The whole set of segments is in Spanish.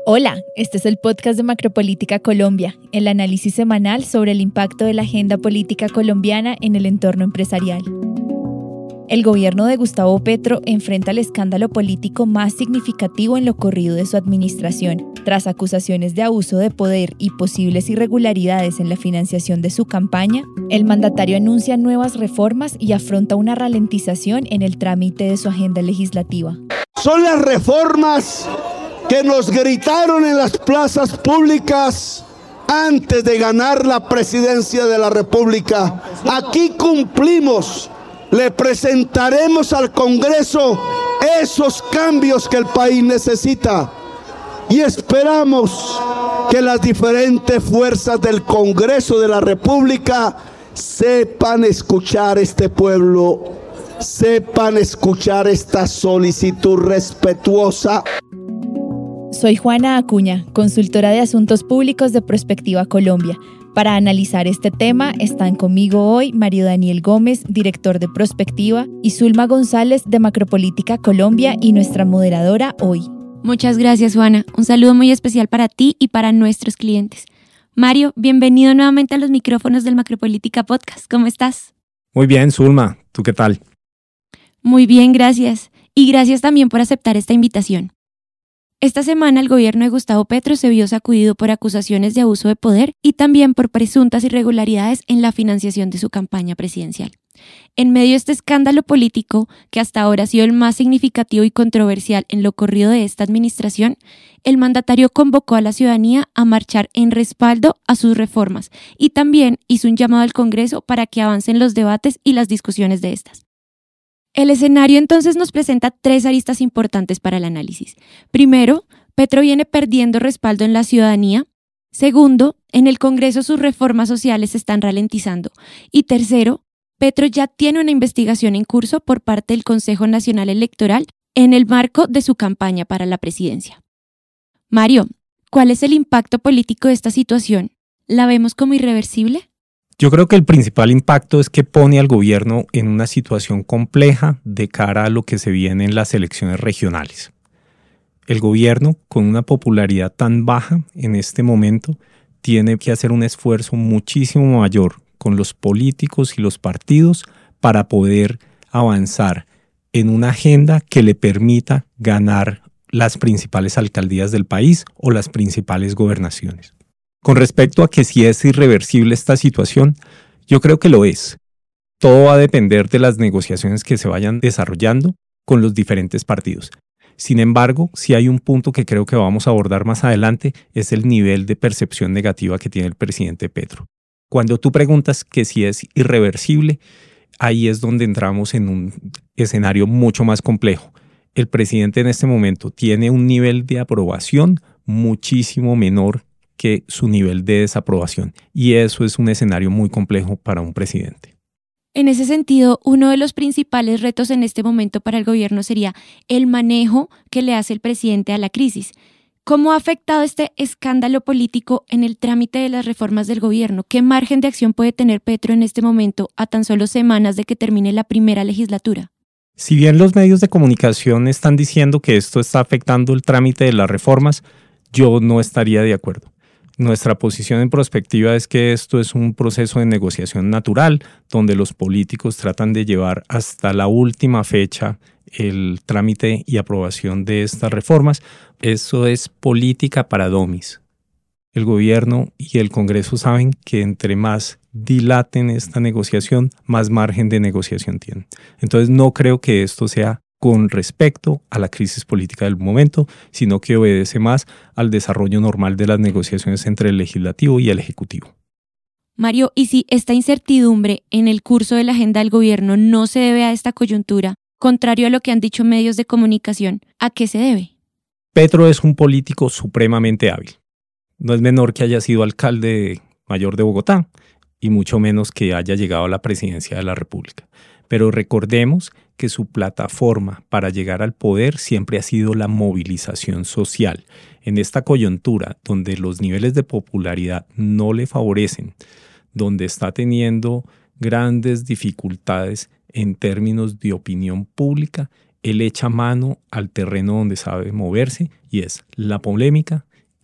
Hola, este es el podcast de Macropolítica Colombia, el análisis semanal sobre el impacto de la agenda política colombiana en el entorno empresarial. El gobierno de Gustavo Petro enfrenta el escándalo político más significativo en lo corrido de su administración. Tras acusaciones de abuso de poder y posibles irregularidades en la financiación de su campaña, el mandatario anuncia nuevas reformas y afronta una ralentización en el trámite de su agenda legislativa. Son las reformas que nos gritaron en las plazas públicas antes de ganar la presidencia de la República. Aquí cumplimos. Le presentaremos al Congreso esos cambios que el país necesita y esperamos que las diferentes fuerzas del Congreso de la República sepan escuchar este pueblo, sepan escuchar esta solicitud respetuosa. Soy Juana Acuña, consultora de Asuntos Públicos de Prospectiva Colombia. Para analizar este tema están conmigo hoy Mario Daniel Gómez, director de Prospectiva, y Zulma González de Macropolítica Colombia y nuestra moderadora hoy. Muchas gracias, Juana. Un saludo muy especial para ti y para nuestros clientes. Mario, bienvenido nuevamente a los micrófonos del Macropolítica Podcast. ¿Cómo estás? Muy bien, Zulma. ¿Tú qué tal? Muy bien, gracias. Y gracias también por aceptar esta invitación. Esta semana el gobierno de Gustavo Petro se vio sacudido por acusaciones de abuso de poder y también por presuntas irregularidades en la financiación de su campaña presidencial. En medio de este escándalo político, que hasta ahora ha sido el más significativo y controversial en lo corrido de esta administración, el mandatario convocó a la ciudadanía a marchar en respaldo a sus reformas y también hizo un llamado al Congreso para que avancen los debates y las discusiones de estas. El escenario entonces nos presenta tres aristas importantes para el análisis. Primero, Petro viene perdiendo respaldo en la ciudadanía. Segundo, en el Congreso sus reformas sociales se están ralentizando. Y tercero, Petro ya tiene una investigación en curso por parte del Consejo Nacional Electoral en el marco de su campaña para la presidencia. Mario, ¿cuál es el impacto político de esta situación? ¿La vemos como irreversible? Yo creo que el principal impacto es que pone al gobierno en una situación compleja de cara a lo que se viene en las elecciones regionales. El gobierno, con una popularidad tan baja en este momento, tiene que hacer un esfuerzo muchísimo mayor con los políticos y los partidos para poder avanzar en una agenda que le permita ganar las principales alcaldías del país o las principales gobernaciones. Con respecto a que si es irreversible esta situación, yo creo que lo es. Todo va a depender de las negociaciones que se vayan desarrollando con los diferentes partidos. Sin embargo, si hay un punto que creo que vamos a abordar más adelante, es el nivel de percepción negativa que tiene el presidente Petro. Cuando tú preguntas que si es irreversible, ahí es donde entramos en un escenario mucho más complejo. El presidente en este momento tiene un nivel de aprobación muchísimo menor que su nivel de desaprobación. Y eso es un escenario muy complejo para un presidente. En ese sentido, uno de los principales retos en este momento para el gobierno sería el manejo que le hace el presidente a la crisis. ¿Cómo ha afectado este escándalo político en el trámite de las reformas del gobierno? ¿Qué margen de acción puede tener Petro en este momento a tan solo semanas de que termine la primera legislatura? Si bien los medios de comunicación están diciendo que esto está afectando el trámite de las reformas, yo no estaría de acuerdo. Nuestra posición en Prospectiva es que esto es un proceso de negociación natural, donde los políticos tratan de llevar hasta la última fecha el trámite y aprobación de estas reformas. Eso es política para domis. El gobierno y el Congreso saben que entre más dilaten esta negociación, más margen de negociación tienen. Entonces no creo que esto sea con respecto a la crisis política del momento, sino que obedece más al desarrollo normal de las negociaciones entre el legislativo y el ejecutivo. Mario, ¿y si esta incertidumbre en el curso de la agenda del gobierno no se debe a esta coyuntura, contrario a lo que han dicho medios de comunicación, ¿a qué se debe? Petro es un político supremamente hábil. No es menor que haya sido alcalde mayor de Bogotá y mucho menos que haya llegado a la presidencia de la República. Pero recordemos que su plataforma para llegar al poder siempre ha sido la movilización social. En esta coyuntura, donde los niveles de popularidad no le favorecen, donde está teniendo grandes dificultades en términos de opinión pública, él echa mano al terreno donde sabe moverse y es la polémica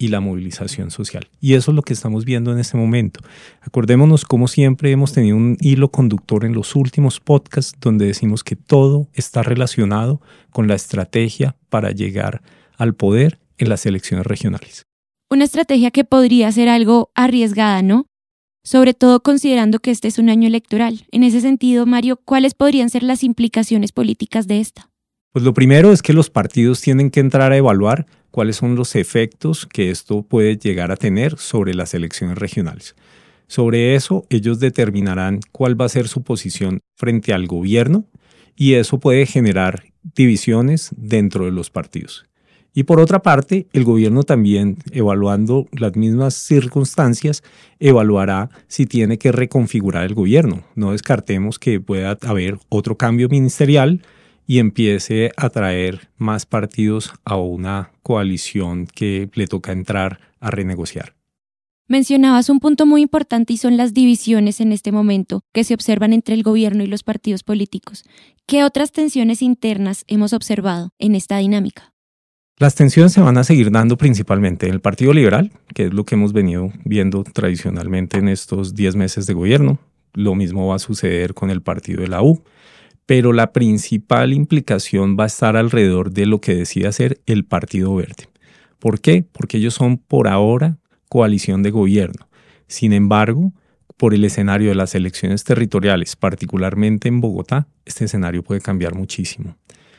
y la movilización social. Y eso es lo que estamos viendo en este momento. Acordémonos, como siempre, hemos tenido un hilo conductor en los últimos podcasts donde decimos que todo está relacionado con la estrategia para llegar al poder en las elecciones regionales. Una estrategia que podría ser algo arriesgada, ¿no? Sobre todo considerando que este es un año electoral. En ese sentido, Mario, ¿cuáles podrían ser las implicaciones políticas de esta? Pues lo primero es que los partidos tienen que entrar a evaluar cuáles son los efectos que esto puede llegar a tener sobre las elecciones regionales. Sobre eso, ellos determinarán cuál va a ser su posición frente al gobierno y eso puede generar divisiones dentro de los partidos. Y por otra parte, el gobierno también, evaluando las mismas circunstancias, evaluará si tiene que reconfigurar el gobierno. No descartemos que pueda haber otro cambio ministerial y empiece a traer más partidos a una coalición que le toca entrar a renegociar. Mencionabas un punto muy importante y son las divisiones en este momento que se observan entre el gobierno y los partidos políticos. ¿Qué otras tensiones internas hemos observado en esta dinámica? Las tensiones se van a seguir dando principalmente en el Partido Liberal, que es lo que hemos venido viendo tradicionalmente en estos 10 meses de gobierno. Lo mismo va a suceder con el Partido de la U. Pero la principal implicación va a estar alrededor de lo que decide hacer el Partido Verde. ¿Por qué? Porque ellos son por ahora coalición de gobierno. Sin embargo, por el escenario de las elecciones territoriales, particularmente en Bogotá, este escenario puede cambiar muchísimo.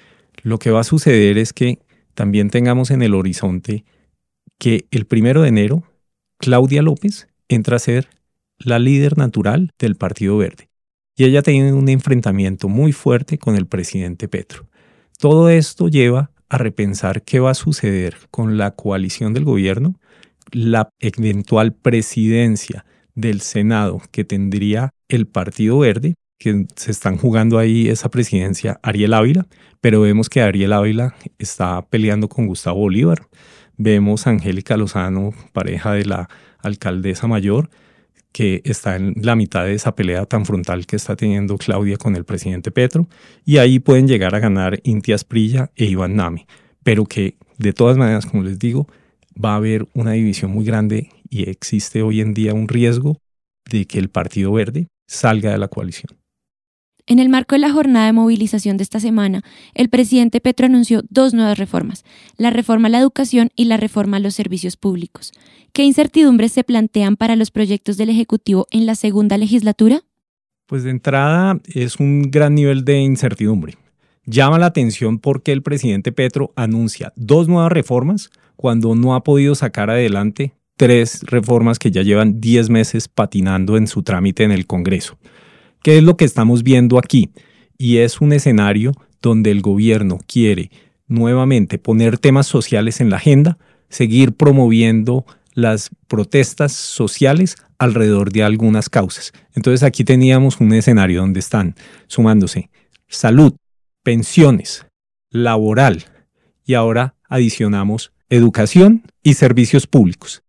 Lo que va a suceder es que también tengamos en el horizonte que el 1 de enero, Claudia López entra a ser la líder natural del Partido Verde. Y ella tiene un enfrentamiento muy fuerte con el presidente Petro. Todo esto lleva a repensar qué va a suceder con la coalición del gobierno, la eventual presidencia del Senado que tendría el Partido Verde, que se están jugando ahí esa presidencia Ariel Ávila, pero vemos que Ariel Ávila está peleando con Gustavo Bolívar. Vemos a Angélica Lozano, pareja de la alcaldesa mayor, que está en la mitad de esa pelea tan frontal que está teniendo Claudia con el presidente Petro, y ahí pueden llegar a ganar Inti Asprilla e Iván Name, pero que de todas maneras, como les digo, va a haber una división muy grande y existe hoy en día un riesgo de que el Partido Verde salga de la coalición. En el marco de la jornada de movilización de esta semana, el presidente Petro anunció 2 nuevas reformas, la reforma a la educación y la reforma a los servicios públicos. ¿Qué incertidumbres se plantean para los proyectos del Ejecutivo en la segunda legislatura? Pues de entrada es un gran nivel de incertidumbre. Llama la atención porque el presidente Petro anuncia 2 nuevas reformas cuando no ha podido sacar adelante 3 reformas que ya llevan 10 meses patinando en su trámite en el Congreso. ¿Qué es lo que estamos viendo aquí? Y es un escenario donde el gobierno quiere nuevamente poner temas sociales en la agenda, seguir promoviendo las protestas sociales alrededor de algunas causas. Entonces aquí teníamos un escenario donde están sumándose salud, pensiones, laboral y ahora adicionamos educación y servicios públicos.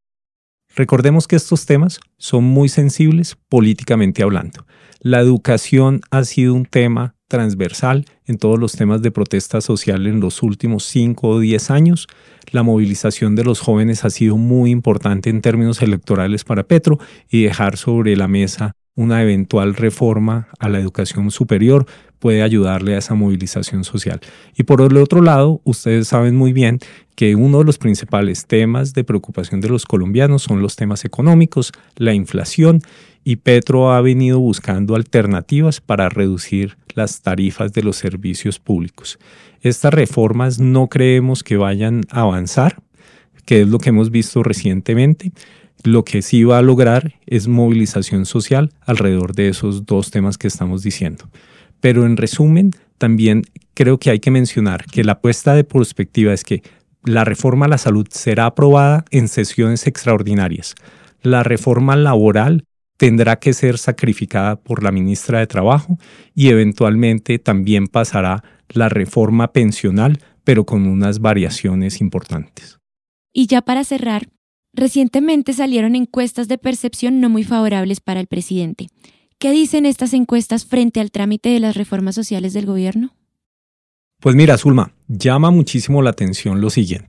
Recordemos que estos temas son muy sensibles políticamente hablando. La educación ha sido un tema transversal en todos los temas de protesta social en los últimos 5 o 10 años. La movilización de los jóvenes ha sido muy importante en términos electorales para Petro y dejar sobre la mesa una eventual reforma a la educación superior puede ayudarle a esa movilización social. Y por el otro lado, ustedes saben muy bien que uno de los principales temas de preocupación de los colombianos son los temas económicos, la inflación, y Petro ha venido buscando alternativas para reducir las tarifas de los servicios públicos. Estas reformas no creemos que vayan a avanzar, que es lo que hemos visto recientemente. Lo que sí va a lograr es movilización social alrededor de esos 2 temas que estamos diciendo. Pero en resumen, también creo que hay que mencionar que la apuesta de perspectiva es que la reforma a la salud será aprobada en sesiones extraordinarias. La reforma laboral tendrá que ser sacrificada por la ministra de Trabajo y eventualmente también pasará la reforma pensional, pero con unas variaciones importantes. Y ya para cerrar, recientemente salieron encuestas de percepción no muy favorables para el presidente. ¿Qué dicen estas encuestas frente al trámite de las reformas sociales del gobierno? Pues mira, Zulma, llama muchísimo la atención lo siguiente.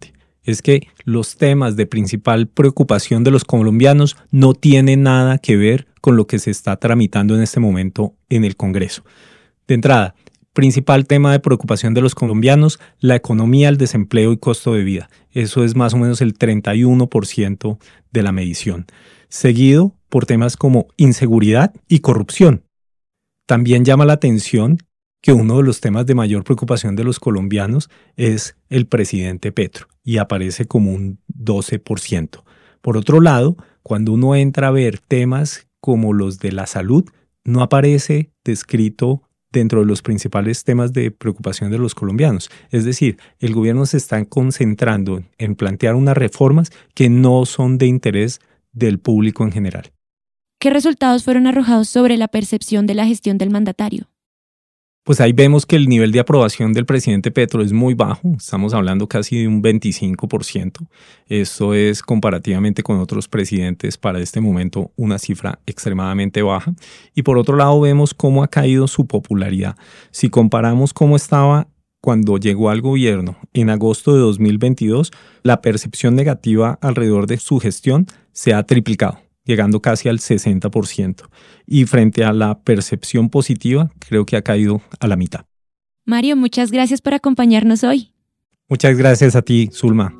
es que los temas de principal preocupación de los colombianos no tienen nada que ver con lo que se está tramitando en este momento en el Congreso. De entrada, principal tema de preocupación de los colombianos, la economía, el desempleo y costo de vida. Eso es más o menos el 31% de la medición. Seguido por temas como inseguridad y corrupción. También llama la atención que uno de los temas de mayor preocupación de los colombianos es el presidente Petro y aparece como un 12%. Por otro lado, cuando uno entra a ver temas como los de la salud, no aparece descrito dentro de los principales temas de preocupación de los colombianos. Es decir, el gobierno se está concentrando en plantear unas reformas que no son de interés del público en general. ¿Qué resultados fueron arrojados sobre la percepción de la gestión del mandatario? Pues ahí vemos que el nivel de aprobación del presidente Petro es muy bajo, estamos hablando casi de un 25%. Esto es comparativamente con otros presidentes para este momento una cifra extremadamente baja. Y por otro lado vemos cómo ha caído su popularidad. Si comparamos cómo estaba cuando llegó al gobierno en agosto de 2022, la percepción negativa alrededor de su gestión se ha triplicado, llegando casi al 60%. Y frente a la percepción positiva, creo que ha caído a la mitad. Mario, muchas gracias por acompañarnos hoy. Muchas gracias a ti, Zulma.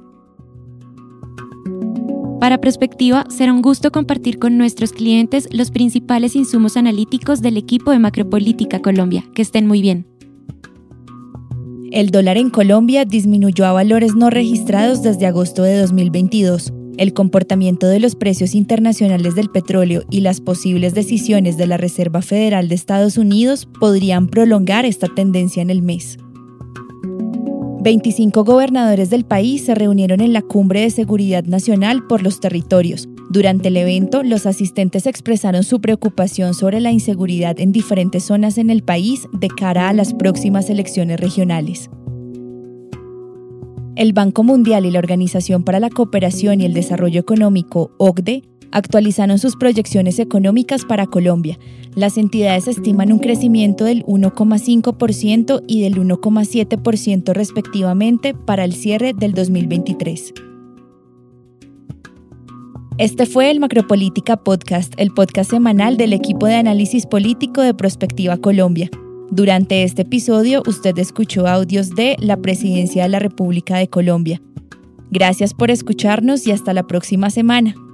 Para Prospectiva, será un gusto compartir con nuestros clientes los principales insumos analíticos del equipo de Macropolítica Colombia. Que estén muy bien. El dólar en Colombia disminuyó a valores no registrados desde agosto de 2022. El comportamiento de los precios internacionales del petróleo y las posibles decisiones de la Reserva Federal de Estados Unidos podrían prolongar esta tendencia en el mes. 25 gobernadores del país se reunieron en la Cumbre de Seguridad Nacional por los Territorios. Durante el evento, los asistentes expresaron su preocupación sobre la inseguridad en diferentes zonas en el país de cara a las próximas elecciones regionales. El Banco Mundial y la Organización para la Cooperación y el Desarrollo Económico, OCDE, actualizaron sus proyecciones económicas para Colombia. Las entidades estiman un crecimiento del 1,5% y del 1,7% respectivamente para el cierre del 2023. Este fue el Macropolítica Podcast, el podcast semanal del equipo de análisis político de Prospectiva Colombia. Durante este episodio, usted escuchó audios de la Presidencia de la República de Colombia. Gracias por escucharnos y hasta la próxima semana.